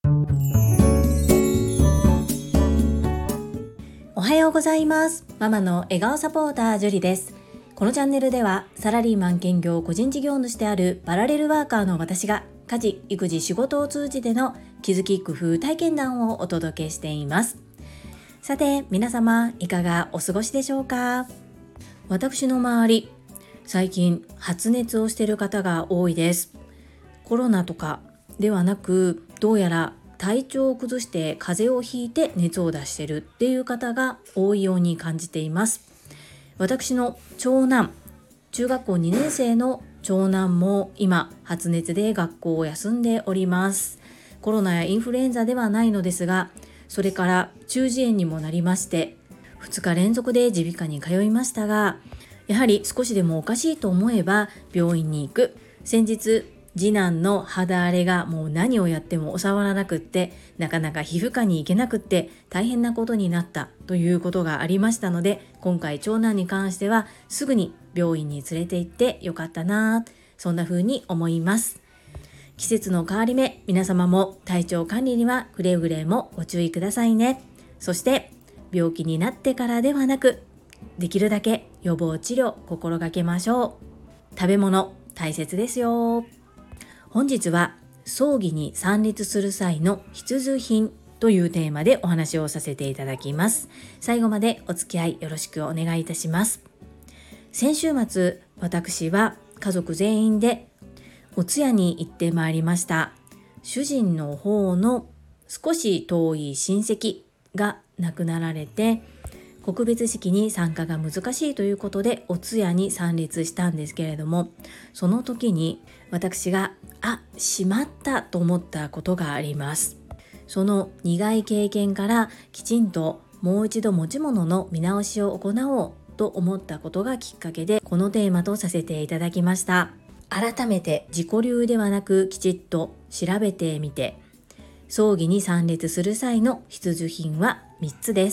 おはようございます。ママの笑顔サポータージュリです。このチャンネルではサラリーマン兼業個人事業主であるパラレルワーカーの私が家事・育児・仕事を通じての気づき・工夫・体験談をお届けしています。さて皆様いかがお過ごしでしょうか。私の周り最近発熱をしている方が多いです。コロナとかではなく、どうやら体調を崩して風邪をひいて熱を出しているっていう方が多いように感じています。私の長男、中学校2年生の長男も今発熱で学校を休んでおります。コロナやインフルエンザではないのですが、それから中耳炎にもなりまして2日連続で耳鼻科に通いましたが、やはり少しでもおかしいと思えば病院に行く。先日次男の肌荒れがもう何をやっても収まらなくって、なかなか皮膚科に行けなくって大変なことになったということがありましたので、今回長男に関してはすぐに病院に連れて行ってよかったな、そんな風に思います。季節の変わり目、皆様も体調管理にはくれぐれもご注意くださいね。そして病気になってからではなく、できるだけ予防治療心がけましょう。食べ物大切ですよ。本日は葬儀に参列する際の必需品というテーマでお話をさせていただきます。最後までお付き合いよろしくお願いいたします。先週末、私は家族全員でお通夜に行ってまいりました。主人の方の少し遠い親戚が亡くなられて、告別式に参加が難しいということでお通夜に参列したんですけれども、その時に私がしまったと思ったことがあります。その苦い経験からきちんともう一度持ち物の見直しを行おうと思ったことがきっかけで、このテーマとさせていただきました。改めて自己流ではなくきちっと調べてみて、葬儀に参列する際の必需品は3つです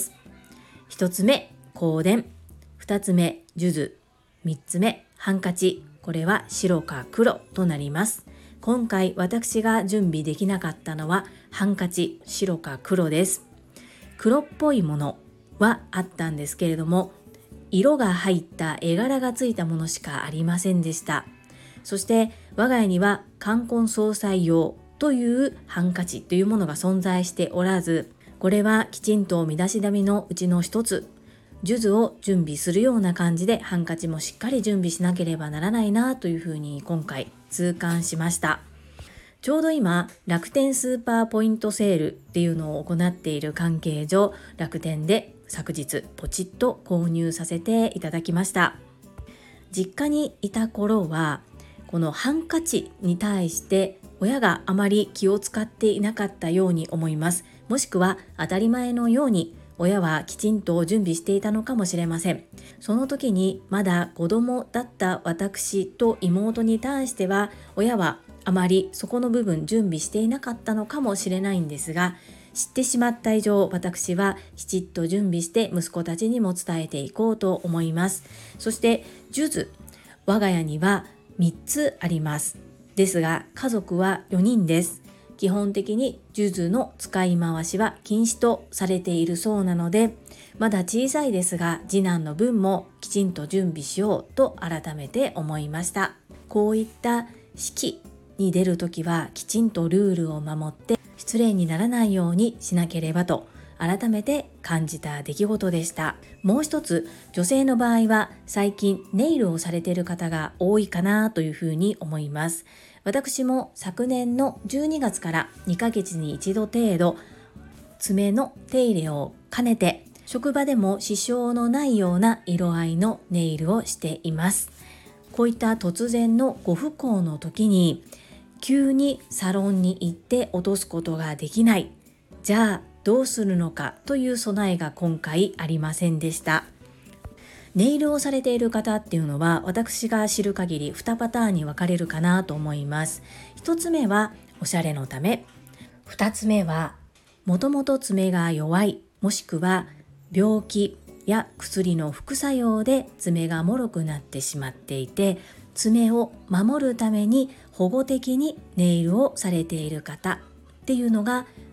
。1つ目、香典。2つ目、数珠。3つ目、ハンカチ。これは白か黒となります。今回私が準備できなかったのはハンカチ、白か黒です。黒っぽいものはあったんですけれども、色が入った絵柄がついたものしかありませんでした。そして我が家には冠婚葬祭用というハンカチというものが存在しておらず、これはきちんと身だしなみのうちの一つ、数珠を準備するような感じでハンカチもしっかり準備しなければならないなというふうに今回痛感しました。ちょうど今楽天スーパーポイントセールっていうのを行っている関係上、楽天で昨日ポチッと購入させていただきました。実家にいた頃はこのハンカチに対して親があまり気を使っていなかったように思います。もしくは当たり前のように親はきちんと準備していたのかもしれません。その時にまだ子供だった私と妹に対しては、親はあまりそこの部分準備していなかったのかもしれないんですが、知ってしまった以上、私はきちっと準備して息子たちにも伝えていこうと思います。そして数珠、我が家には3つあります。ですが家族は4人です。基本的に数珠の使い回しは禁止とされているそうなので、まだ小さいですが次男の分もきちんと準備しようと改めて思いました。こういった式に出るときはきちんとルールを守って失礼にならないようにしなければと改めて感じた出来事でした。もう一つ、女性の場合は最近ネイルをされている方が多いかなというふうに思います。私も昨年の12月から2ヶ月に一度程度爪の手入れを兼ねて、職場でも支障のないような色合いのネイルをしています。こういった突然のご不幸の時に急にサロンに行って落とすことができない、じゃあどうするのかという備えが今回ありませんでした。ネイルをされている方っていうのは私が知る限り2パターンに分かれるかなと思います。1つ目はおしゃれのため、2つ目はもともと爪が弱い、もしくは病気や薬の副作用で爪が脆くなってしまっていて、爪を守るために保護的にネイルをされている方っていうのが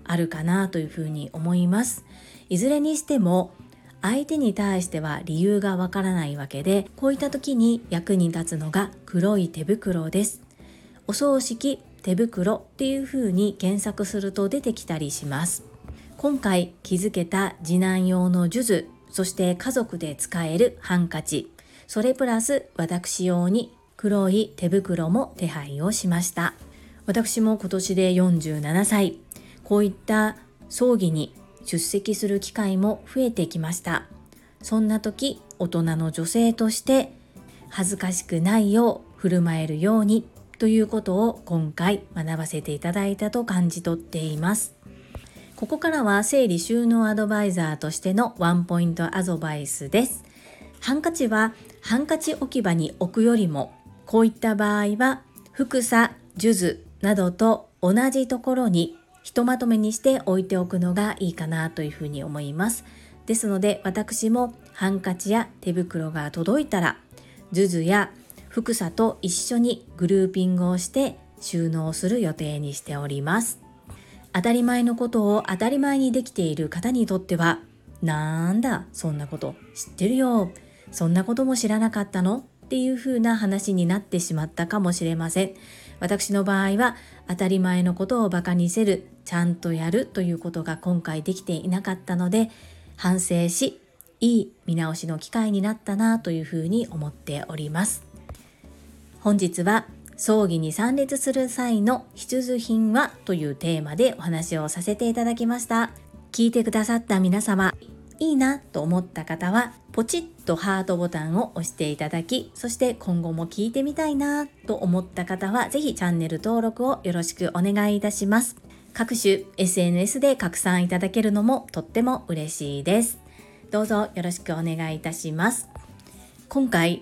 あるかなというふうに思います。いずれにしても相手に対しては理由がわからないわけで、こういった時に役に立つのが黒い手袋です。お葬式手袋っていう風に検索すると出てきたりします。今回気づけた次男用の数珠、そして家族で使えるハンカチ、それプラス私用に黒い手袋も手配をしました。私も今年で47歳、こういった葬儀に出席する機会も増えてきました。そんな時、大人の女性として恥ずかしくないよう振る舞えるようにということを今回学ばせていただいたと感じ取っています。ここからは整理収納アドバイザーとしてのワンポイントアドバイスです。ハンカチはハンカチ置き場に置くよりも、こういった場合はふさ、数珠などと同じところにひとまとめにして置いておくのがいいかなというふうに思います。ですので私もハンカチや手袋が届いたら数珠やふさと一緒にグルーピングをして収納する予定にしております。当たり前のことを当たり前にできている方にとっては、なんだそんなこと知ってるよ、そんなことも知らなかったのっていう風な話になってしまったかもしれません。私の場合は当たり前のことをバカにせる、ちゃんとやるということが今回できていなかったので、反省し、いい見直しの機会になったなというふうに思っております。本日は葬儀に参列する際の必需品はというテーマでお話をさせていただきました。聞いてくださった皆様、いいなと思った方はポチッとハートボタンを押していただき、そして今後も聞いてみたいなと思った方はぜひチャンネル登録をよろしくお願いいたします。各種 SNS で拡散いただけるのもとっても嬉しいです。どうぞよろしくお願いいたします。今回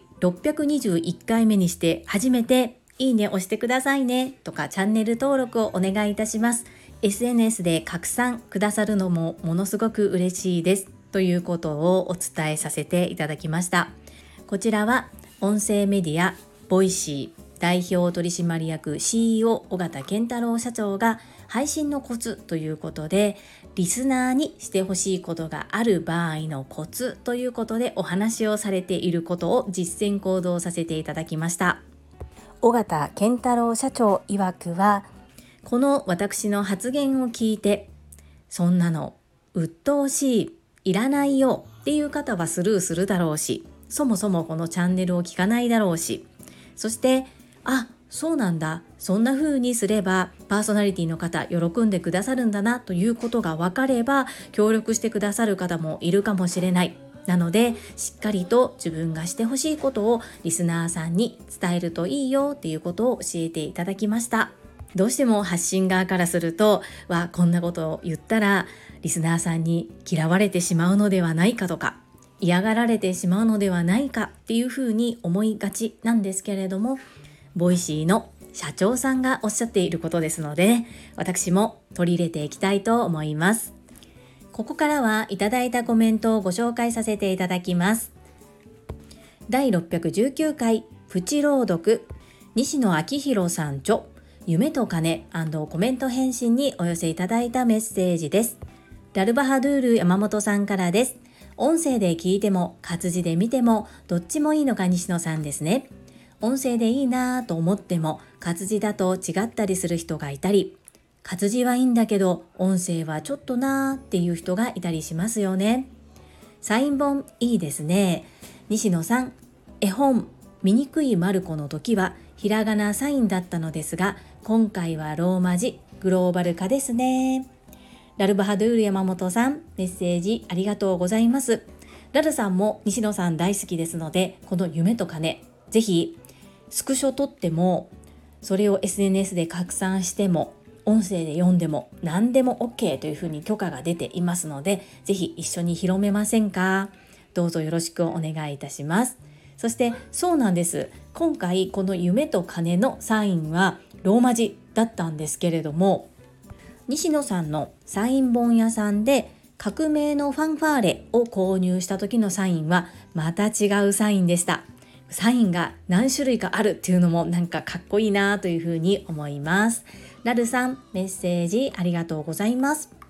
621回目にして初めていいね押してくださいねとかチャンネル登録をお願いいたします。 SNS で拡散くださるのもものすごく嬉しいですということをお伝えさせていただきました。こちらは音声メディアボイシー代表取締役 CEO 尾形健太郎社長が配信のコツということで、リスナーにしてほしいことがある場合のコツということでお話をされていることを実践行動させていただきました。尾形健太郎社長曰くは、この私の発言を聞いて、そんなの鬱陶しい、いらないよっていう方はスルーするだろうし、そもそもこのチャンネルを聞かないだろうし、そしてそうなんだ、そんな風にすればパーソナリティの方喜んでくださるんだなということが分かれば、協力してくださる方もいるかもしれない。なのでしっかりと自分がしてほしいことをリスナーさんに伝えるといいよっていうことを教えていただきました。どうしても発信側からすると、こんなことを言ったらリスナーさんに嫌われてしまうのではないかとか、嫌がられてしまうのではないかっていうふうに思いがちなんですけれども、ボイシーの社長さんがおっしゃっていることですので、私も取り入れていきたいと思います。ここからはいただいたコメントをご紹介させていただきます。第619回プチ朗読、西野昭弘さん著、夢と金&コメント返信にお寄せいただいたメッセージです。ラルバハドゥール山本さんからです。音声で聞いても活字で見てもどっちもいいのが西野さんですね。音声でいいなぁと思っても活字だと違ったりする人がいたり、活字はいいんだけど音声はちょっとなーっていう人がいたりしますよね。サイン本いいですね。西野さん、絵本醜いマルコの時はひらがなサインだったのですが、今回はローマ字グローバル化ですね。ラルバハドゥール山本さん、メッセージありがとうございます。ラルさんも西野さん大好きですので、この夢と金、ぜひスクショ撮っても、それを SNS で拡散しても、音声で読んでも何でも OK というふうに許可が出ていますので、ぜひ一緒に広めませんか？どうぞよろしくお願いいたします。そしてそうなんです。今回この夢と金のサインはローマ字だったんですけれども、西野さんのサイン本屋さんで革命のファンファーレを購入した時のサインはまた違うサインでした。サインが何種類かあるっていうのもなんかかっこいいなというふうに思います。ラルさん、メッセージありがとうございます。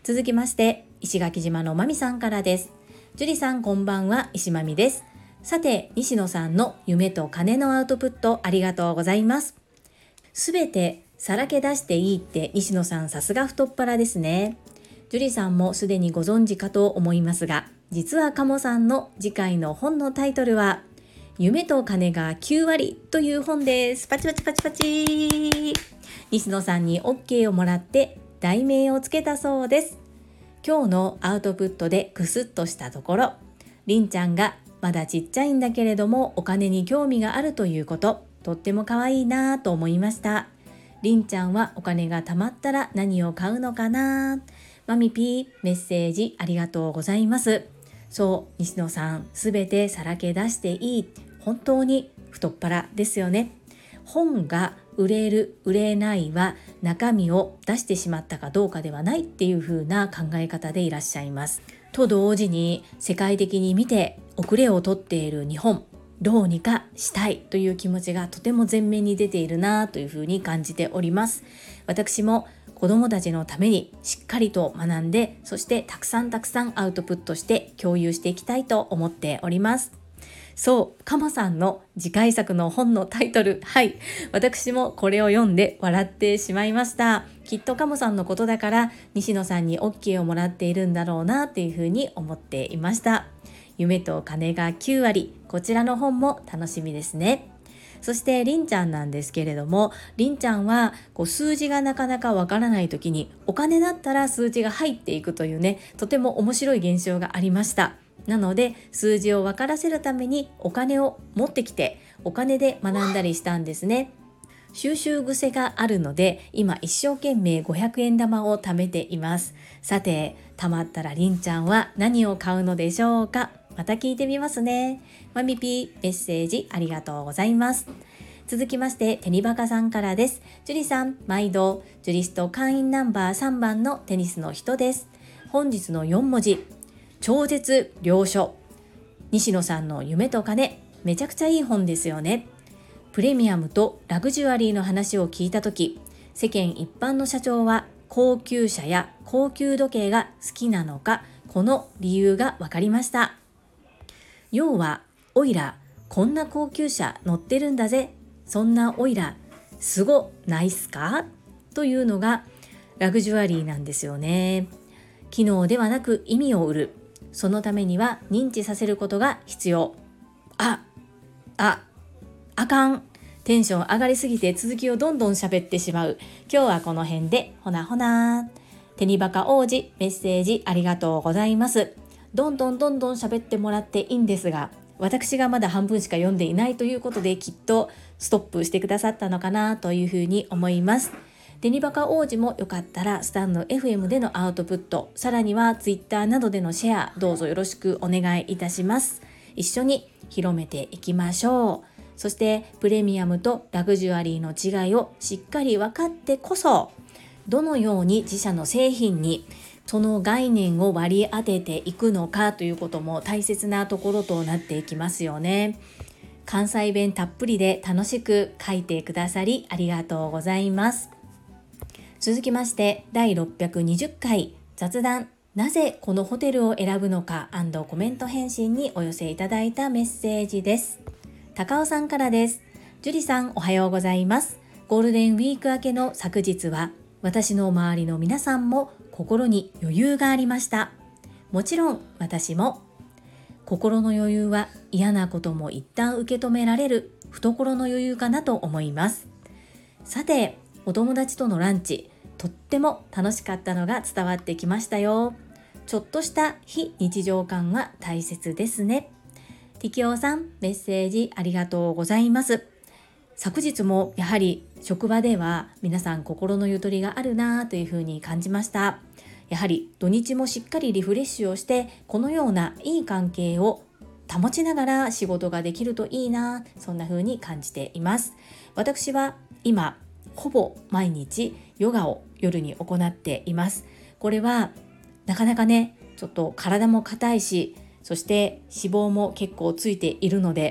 続きまして石垣島のまみさんからです。ジュリさんこんばんは、石まみです。さて西野さんの夢と金のアウトプットありがとうございます。すべてさらけ出していいって西野さんさすが太っ腹ですね。ジュリさんもすでにご存知かと思いますが、実はカモさんの次回の本のタイトルは夢と金が9割という本です。パチパチパチパチ。西野さんに OK をもらって題名をつけたそうです。今日のアウトプットでクスッとしたところ、りんちゃんがまだちっちゃいんだけれどもお金に興味があるということ、とっても可愛いなと思いました。りんちゃんはお金が貯まったら何を買うのかな。マミピー、メッセージありがとうございます。そう、西野さん、すべてさらけ出していい。本当に太っ腹ですよね。本が売れる売れないは中身を出してしまったかどうかではないっていう風な考え方でいらっしゃいます。と同時に世界的に見て遅れをとっている日本、どうにかしたいという気持ちがとても前面に出ているなというふうに感じております。私も子どもたちのためにしっかりと学んで、そしてたくさんアウトプットして共有していきたいと思っております。そう、カモさんの次回作の本のタイトル、はい、私もこれを読んで笑ってしまいました。きっとカモさんのことだから西野さんに OK をもらっているんだろうなというふうに思っていました。夢と金が9割、こちらの本も楽しみですね。そしてりんちゃんなんですけれども、りんちゃんは数字がなかなかわからない時にお金だったら数字が入っていくというね、とても面白い現象がありました。なので数字を分からせるためにお金を持ってきてお金で学んだりしたんですね。収集癖があるので今一生懸命500円玉を貯めています。さて貯まったらりんちゃんは何を買うのでしょうか。また聞いてみますね。マミピー、メッセージありがとうございます。続きましてテニバカさんからです。ジュリさん、毎度ジュリスト会員ナンバー3番のテニスの人です。本日の4文字、超絶良書。西野さんの夢と金、めちゃくちゃいい本ですよね。プレミアムとラグジュアリーの話を聞いたとき、世間一般の社長は高級車や高級時計が好きなのか、この理由が分かりました。要は、オイラ、こんな高級車乗ってるんだぜ。そんなオイラ、すごないっすかというのがラグジュアリーなんですよね。機能ではなく意味を売る。そのためには認知させることが必要。あかん。テンション上がりすぎて続きをどんどん喋ってしまう。今日はこの辺で、ほなほな。テニバカ王子、メッセージありがとうございます。どんどん喋ってもらっていいんですが、私がまだ半分しか読んでいないということできっとストップしてくださったのかなというふうに思います。テニバカ王子もよかったらスタンド FM でのアウトプット、さらにはツイッターなどでのシェア、どうぞよろしくお願いいたします。一緒に広めていきましょう。そしてプレミアムとラグジュアリーの違いをしっかり分かってこそ、どのように自社の製品にその概念を割り当てていくのかということも大切なところとなっていきますよね。関西弁たっぷりで楽しく書いてくださりありがとうございます。続きまして第620回雑談、なぜこのホテルを選ぶのか&コメント返信にお寄せいただいたメッセージです。高尾さんからです。ジュリさんおはようございます。ゴールデンウィーク明けの昨日は私の周りの皆さんも心に余裕がありました。もちろん私も。心の余裕は嫌なことも一旦受け止められる懐の余裕かなと思います。さて、お友達とのランチ、とっても楽しかったのが伝わってきましたよ。ちょっとした非日常感は大切ですね。ティキオさん、メッセージありがとうございます。昨日もやはり職場では皆さん心のゆとりがあるなというふうに感じました。やはり土日もしっかりリフレッシュをしてこのようないい関係を保ちながら仕事ができるといいな、そんな風に感じています。私は今ほぼ毎日ヨガを夜に行っています。これはなかなかね、ちょっと体も硬いし、そして脂肪も結構ついているので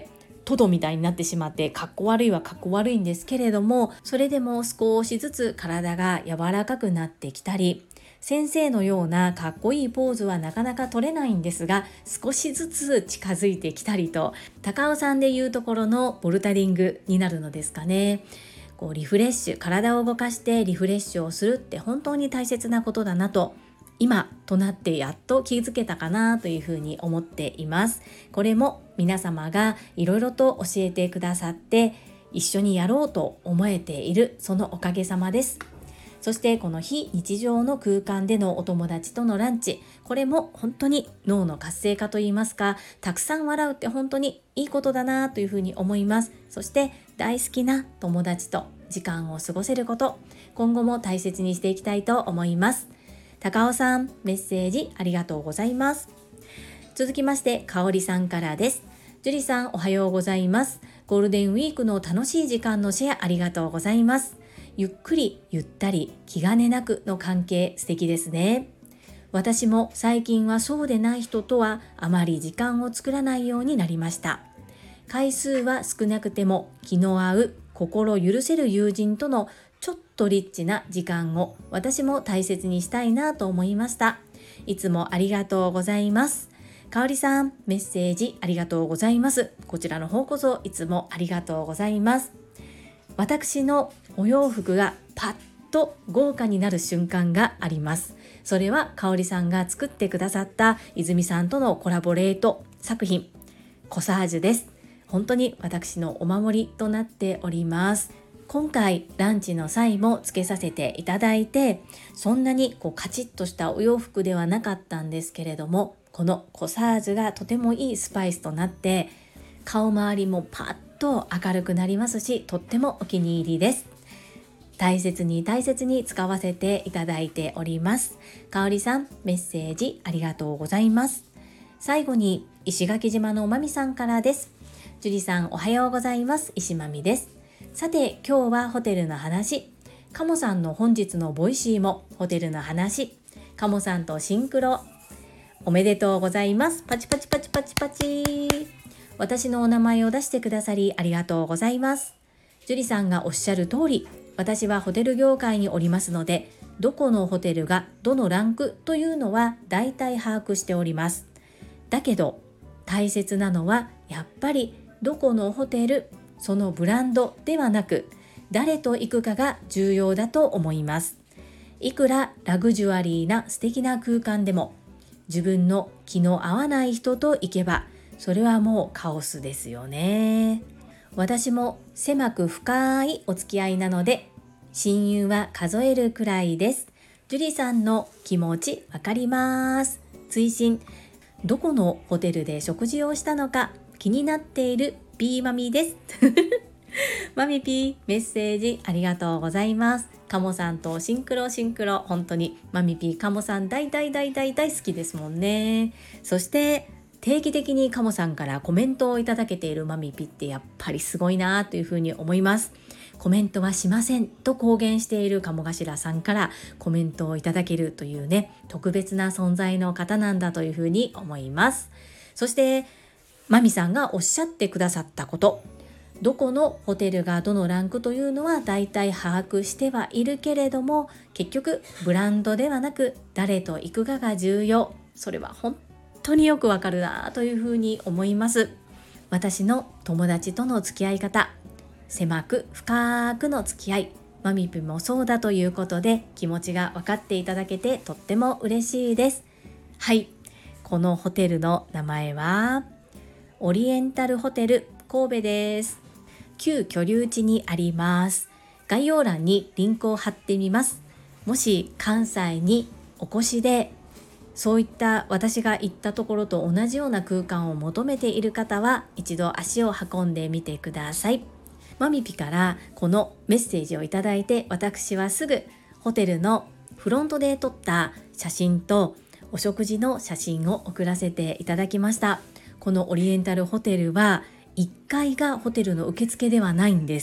トドみたいになってしまってかっこ悪いはかっこ悪いんですけれども、それでも少しずつ体が柔らかくなってきたり、先生のようなかっこいいポーズはなかなか取れないんですが、少しずつ近づいてきたりと、高尾さんでいうところのボルダリングになるのですかね。リフレッシュ、体を動かしてリフレッシュをするって本当に大切なことだなと、今となってやっと気づけたかなというふうに思っています。これも皆様がいろいろと教えてくださって一緒にやろうと思えている、そのおかげさまです。そしてこの非日常の空間でのお友達とのランチ、これも本当に脳の活性化といいますか、たくさん笑うって本当にいいことだなというふうに思います。そして大好きな友達と時間を過ごせること、今後も大切にしていきたいと思います。高尾さん、メッセージありがとうございます。続きまして、かおりさんからです。ジュリさん、おはようございます。ゴールデンウィークの楽しい時間のシェアありがとうございます。ゆっくりゆったり気兼ねなくの関係、素敵ですね。私も最近はそうでない人とはあまり時間を作らないようになりました。回数は少なくても気の合う、心許せる友人とのちょっとリッチな時間を私も大切にしたいなと思いました。いつもありがとうございます。かおりさん、メッセージありがとうございます。こちらの方こそいつもありがとうございます。私のお洋服がパッと豪華になる瞬間があります。それはかおりさんが作ってくださった泉さんとのコラボレート作品、コサージュです。本当に私のお守りとなっております。今回ランチの際もつけさせていただいて、そんなにカチッとしたお洋服ではなかったんですけれども、このコサージュがとてもいいスパイスとなって顔周りもパッと明るくなりますし、とってもお気に入りです。大切に大切に使わせていただいております。かおりさん、メッセージありがとうございます。最後に石垣島のまみさんからです。ジュリさん、おはようございます。石まみです。さて、今日はホテルの話。カモさんの本日のボイシーもホテルの話。カモさんとシンクロ。おめでとうございます。パチパチパチパチパチ。私のお名前を出してくださりありがとうございます。ジュリさんがおっしゃる通り、私はホテル業界におりますので、どこのホテルがどのランクというのは大体把握しております。だけど大切なのはやっぱりどこのホテル、そのブランドではなく、誰と行くかが重要だと思います。いくらラグジュアリーな素敵な空間でも、自分の気の合わない人と行けば、それはもうカオスですよね。私も狭く深いお付き合いなので、親友は数えるくらいです。ジュリさんの気持ちわかります。追伸、どこのホテルで食事をしたのか気になっているピーマミです。マミピー、メッセージありがとうございます。カモさんとシンクロ、本当にマミピー、カモさん大好きですもんね。そして定期的にカモさんからコメントをいただけているマミピってやっぱりすごいなというふうに思います。コメントはしませんと公言している鴨頭さんからコメントをいただけるというね、特別な存在の方なんだというふうに思います。そしてマミさんがおっしゃってくださったこと、どこのホテルがどのランクというのは大体把握してはいるけれども、結局ブランドではなく誰と行くかが重要。それは本当によくわかるなというふうに思います。私の友達との付き合い方、狭く深くの付き合い、マミピもそうだということで気持ちが分かっていただけてとっても嬉しいです。はい、このホテルの名前はオリエンタルホテル神戸です。旧居留地にあります。概要欄にリンクを貼ってみます。もし関西にお越しでそういった私が行ったところと同じような空間を求めている方は一度足を運んでみてください。マミピからこのメッセージをいただいて、私はすぐホテルのフロントで撮った写真とお食事の写真を送らせていただきました。このオリエンタルホテルは1階がホテルの受付ではないんです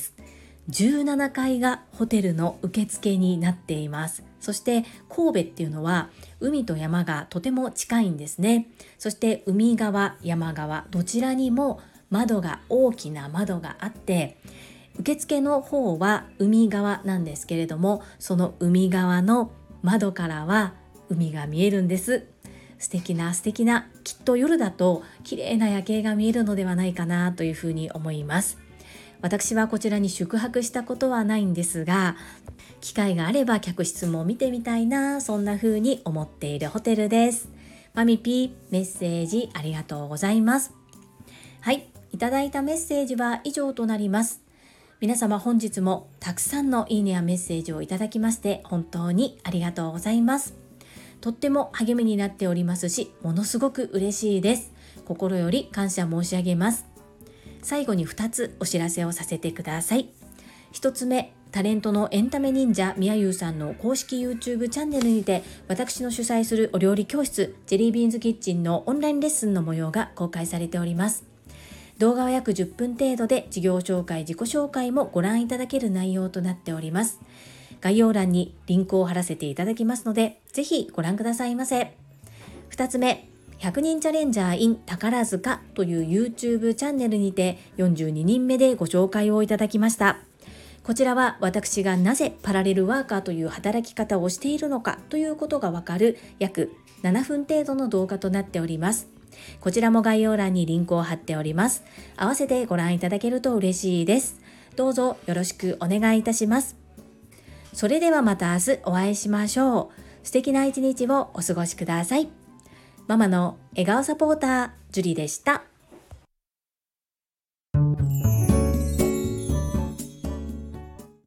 。17階がホテルの受付になっています。そして神戸っていうのは海と山がとても近いんですね。そして海側、山側どちらにも大きな窓があって、受付の方は海側なんですけれども、その海側の窓からは海が見えるんです。素敵なきっと夜だと綺麗な夜景が見えるのではないかなというふうに思います。私はこちらに宿泊したことはないんですが、機会があれば客室も見てみたいな、そんな風に思っているホテルです。マミピー、メッセージありがとうございます。はい、いただいたメッセージは以上となります。皆様本日もたくさんのいいねやメッセージをいただきまして本当にありがとうございます。とっても励みになっておりますし、ものすごく嬉しいです。心より感謝申し上げます。最後に2つお知らせをさせてください。1つ目、タレントのエンタメ忍者みやゆうさんの公式 YouTube チャンネルにて、私の主催するお料理教室ジェリービーンズキッチンのオンラインレッスンの模様が公開されております。動画は約10分程度で、事業紹介、自己紹介もご覧いただける内容となっております。概要欄にリンクを貼らせていただきますので、ぜひご覧くださいませ。2つ目、100人チャレンジャー in 宝塚という YouTube チャンネルにて42人目でご紹介をいただきました。こちらは私がなぜパラレルワーカーという働き方をしているのかということがわかる約7分程度の動画となっております。こちらも概要欄にリンクを貼っております。合わせてご覧いただけると嬉しいです。どうぞよろしくお願いいたします。それではまた明日お会いしましょう。素敵な一日をお過ごしください。ママの笑顔サポーター、ジュリでした。